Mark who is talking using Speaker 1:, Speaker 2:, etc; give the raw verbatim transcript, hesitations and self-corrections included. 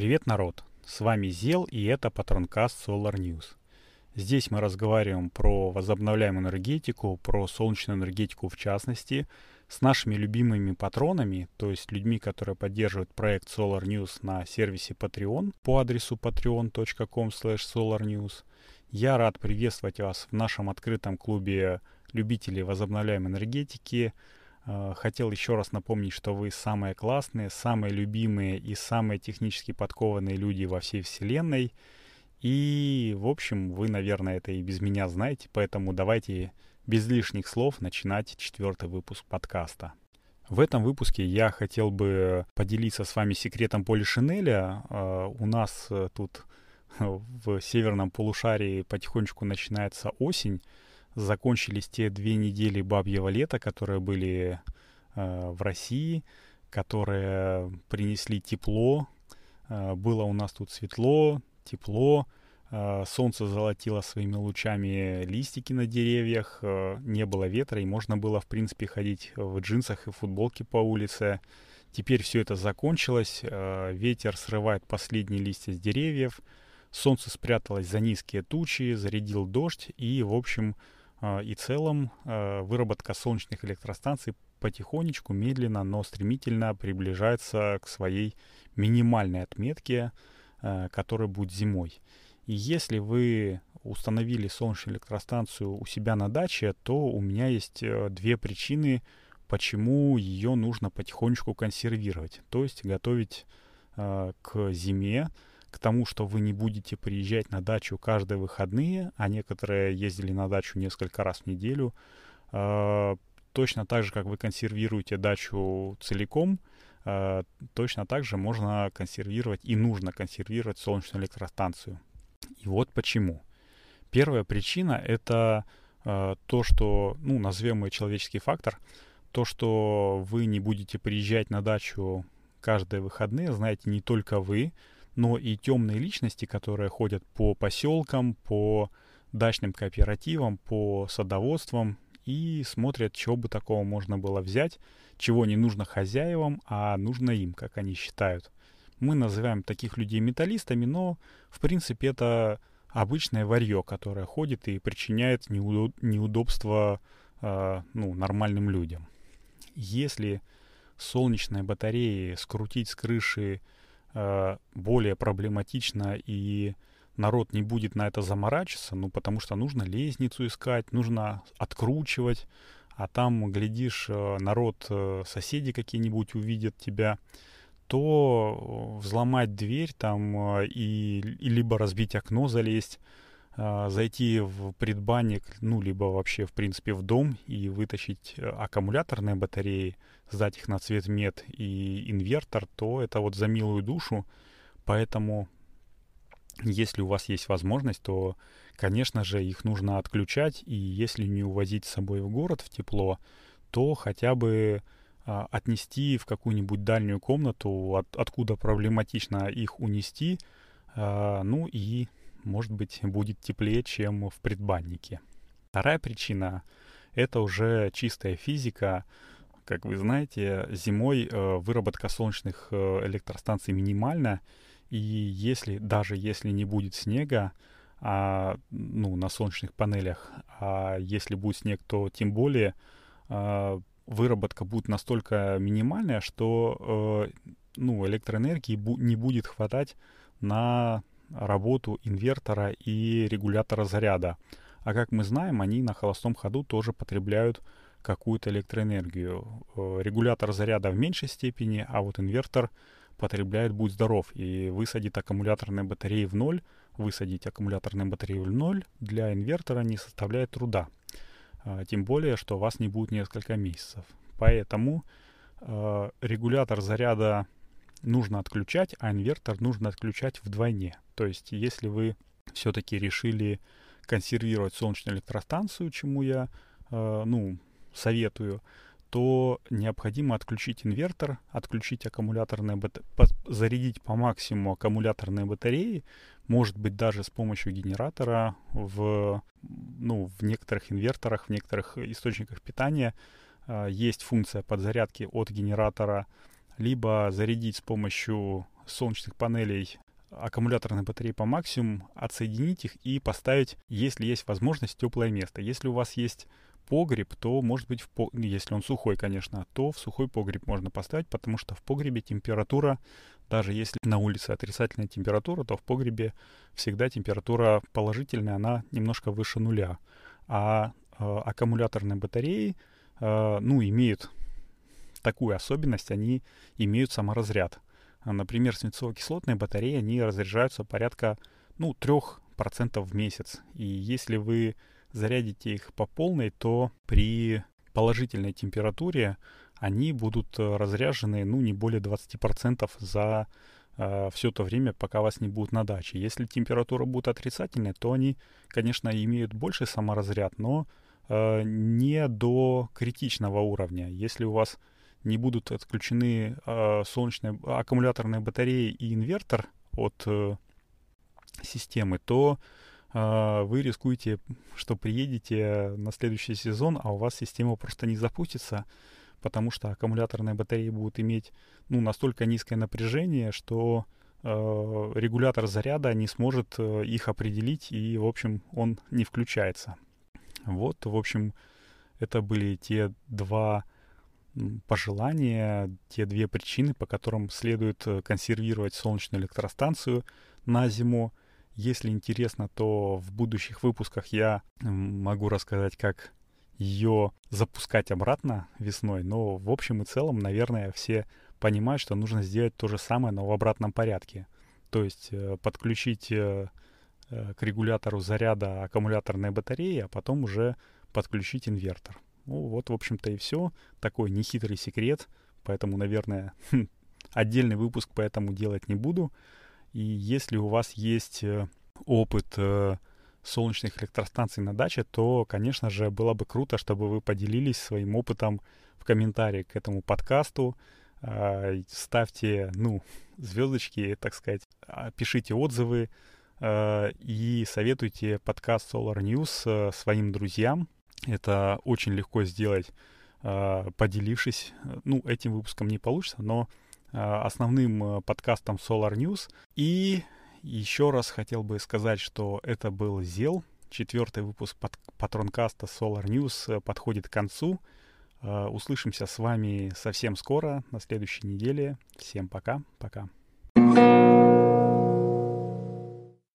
Speaker 1: Привет, народ! С вами Зел, и это Патронкаст Solar News. Здесь мы разговариваем про возобновляемую энергетику, про солнечную энергетику в частности, с нашими любимыми патронами, то есть людьми, которые поддерживают проект Solar News на сервисе Patreon по адресу patreon точка com слэш solar news. Я рад приветствовать вас в нашем открытом клубе любителей возобновляемой энергетики. Хотел еще раз напомнить, что вы самые классные, самые любимые и самые технически подкованные люди во всей вселенной. И, в общем, вы, наверное, это и без меня знаете, поэтому давайте без лишних слов начинать четвертый выпуск подкаста. В этом выпуске я хотел бы поделиться с вами секретом полишинеля. У нас тут в северном полушарии потихонечку начинается осень. Закончились те две недели бабьего лета, которые были э, в России, которые принесли тепло. Э, было у нас тут светло, тепло. Э, солнце золотило своими лучами листики на деревьях. Э, не было ветра, и можно было, в принципе, ходить в джинсах и футболке по улице. Теперь все это закончилось. Э, ветер срывает последние листья с деревьев. Солнце спряталось за низкие тучи, зарядил дождь, и, в общем, и целом выработка солнечных электростанций потихонечку, медленно, но стремительно приближается к своей минимальной отметке, которая будет зимой. И если вы установили солнечную электростанцию у себя на даче, то у меня есть две причины, почему ее нужно потихонечку консервировать, то есть готовить к зиме, к тому, что вы не будете приезжать на дачу каждые выходные, а некоторые ездили на дачу несколько раз в неделю. Э, точно так же, как вы консервируете дачу целиком, э, точно так же можно консервировать и нужно консервировать солнечную электростанцию. И вот почему. Первая причина — это э, то, что, ну, назовем ее человеческий фактор, то, что вы не будете приезжать на дачу каждые выходные, знаете, не только вы, но и темные личности, которые ходят по поселкам, по дачным кооперативам, по садоводствам и смотрят, чего бы такого можно было взять, чего не нужно хозяевам, а нужно им, как они считают. Мы называем таких людей металлистами, но в принципе это обычное варье, которое ходит и причиняет неудоб- неудобства э, ну, нормальным людям. Если солнечные батареи скрутить с крыши более проблематично, и народ не будет на это заморачиваться, ну, потому что нужно лестницу искать, нужно откручивать, а там, глядишь, народ, соседи какие-нибудь увидят тебя, то взломать дверь там и, и либо разбить окно, залезть, зайти в предбанник, ну, либо вообще, в принципе, в дом и вытащить аккумуляторные батареи, сдать их на цвет мед и инвертор, то это вот за милую душу. Поэтому, если у вас есть возможность, то, конечно же, их нужно отключать. И если не увозить с собой в город в тепло, то хотя бы а, отнести в какую-нибудь дальнюю комнату, от, откуда проблематично их унести. А, ну и, может быть, будет теплее, чем в предбаннике. Вторая причина — это уже чистая физика. Как вы знаете, зимой э, выработка солнечных э, электростанций минимальна, и если, даже если не будет снега а, ну, на солнечных панелях, а если будет снег, то тем более э, выработка будет настолько минимальная, что э, ну, электроэнергии бу- не будет хватать на работу инвертора и регулятора заряда. А как мы знаем, они на холостом ходу тоже потребляют какую-то электроэнергию. Регулятор заряда в меньшей степени, а вот инвертор потребляет, будь здоров, и высадит аккумуляторные батареи в ноль. Высадить аккумуляторные батареи в ноль для инвертора не составляет труда. Тем более, что у вас не будет несколько месяцев. Поэтому э, регулятор заряда нужно отключать, а инвертор нужно отключать вдвойне. То есть, если вы все-таки решили консервировать солнечную электростанцию, чему я э, ну, советую, то необходимо отключить инвертор, отключить аккумуляторные батареи, зарядить по максимуму аккумуляторные батареи, может быть, даже с помощью генератора в, ну, в некоторых инверторах, в некоторых источниках питания э, есть функция подзарядки от генератора, либо зарядить с помощью солнечных панелей аккумуляторной батареи по максимуму, отсоединить их и поставить, если есть возможность, теплое место. Если у вас есть погреб, то, может быть, в по... если он сухой, конечно, то в сухой погреб можно поставить, потому что в погребе температура, даже если на улице отрицательная температура, то в погребе всегда температура положительная, она немножко выше нуля. А э, аккумуляторные батареи, э, ну, имеют такую особенность, они имеют саморазряд. Например, свинцово-кислотные батареи, они разряжаются порядка, ну, трех процентов в месяц. И если вы зарядите их по полной, то при положительной температуре они будут разряжены, ну, не более двадцать процентов за э, все то время, пока вас не будет на даче. Если температура будет отрицательной, то они, конечно, имеют больший саморазряд, но э, не до критичного уровня. Если у вас не будут отключены э, солнечные аккумуляторные батареи и инвертор от э, системы, то э, вы рискуете, что приедете на следующий сезон, а у вас система просто не запустится, потому что аккумуляторные батареи будут иметь, ну, настолько низкое напряжение, что э, регулятор заряда не сможет э, их определить, и, в общем, он не включается. Вот, в общем, это были те два пожелания, те две причины, по которым следует консервировать солнечную электростанцию на зиму. Если интересно, то в будущих выпусках я могу рассказать, как ее запускать обратно весной. Но в общем и целом, наверное, все понимают, что нужно сделать то же самое, но в обратном порядке. То есть подключить к регулятору заряда аккумуляторной батареи, а потом уже подключить инвертор. Ну вот, в общем-то, и все. Такой нехитрый секрет. Поэтому, наверное, отдельный выпуск по этому делать не буду. И если у вас есть опыт э, солнечных электростанций на даче, то, конечно же, было бы круто, чтобы вы поделились своим опытом в комментарии к этому подкасту. Э, ставьте, ну, звездочки, так сказать, пишите отзывы э, и советуйте подкаст Solar News э, своим друзьям. Это очень легко сделать, э, поделившись. Ну, этим выпуском не получится, но э, основным подкастом Solar News. И еще раз хотел бы сказать, что это был ЗЕЛ. Четвертый выпуск патронкаста Solar News подходит к концу. Э, услышимся с вами совсем скоро, на следующей неделе. Всем пока. Пока.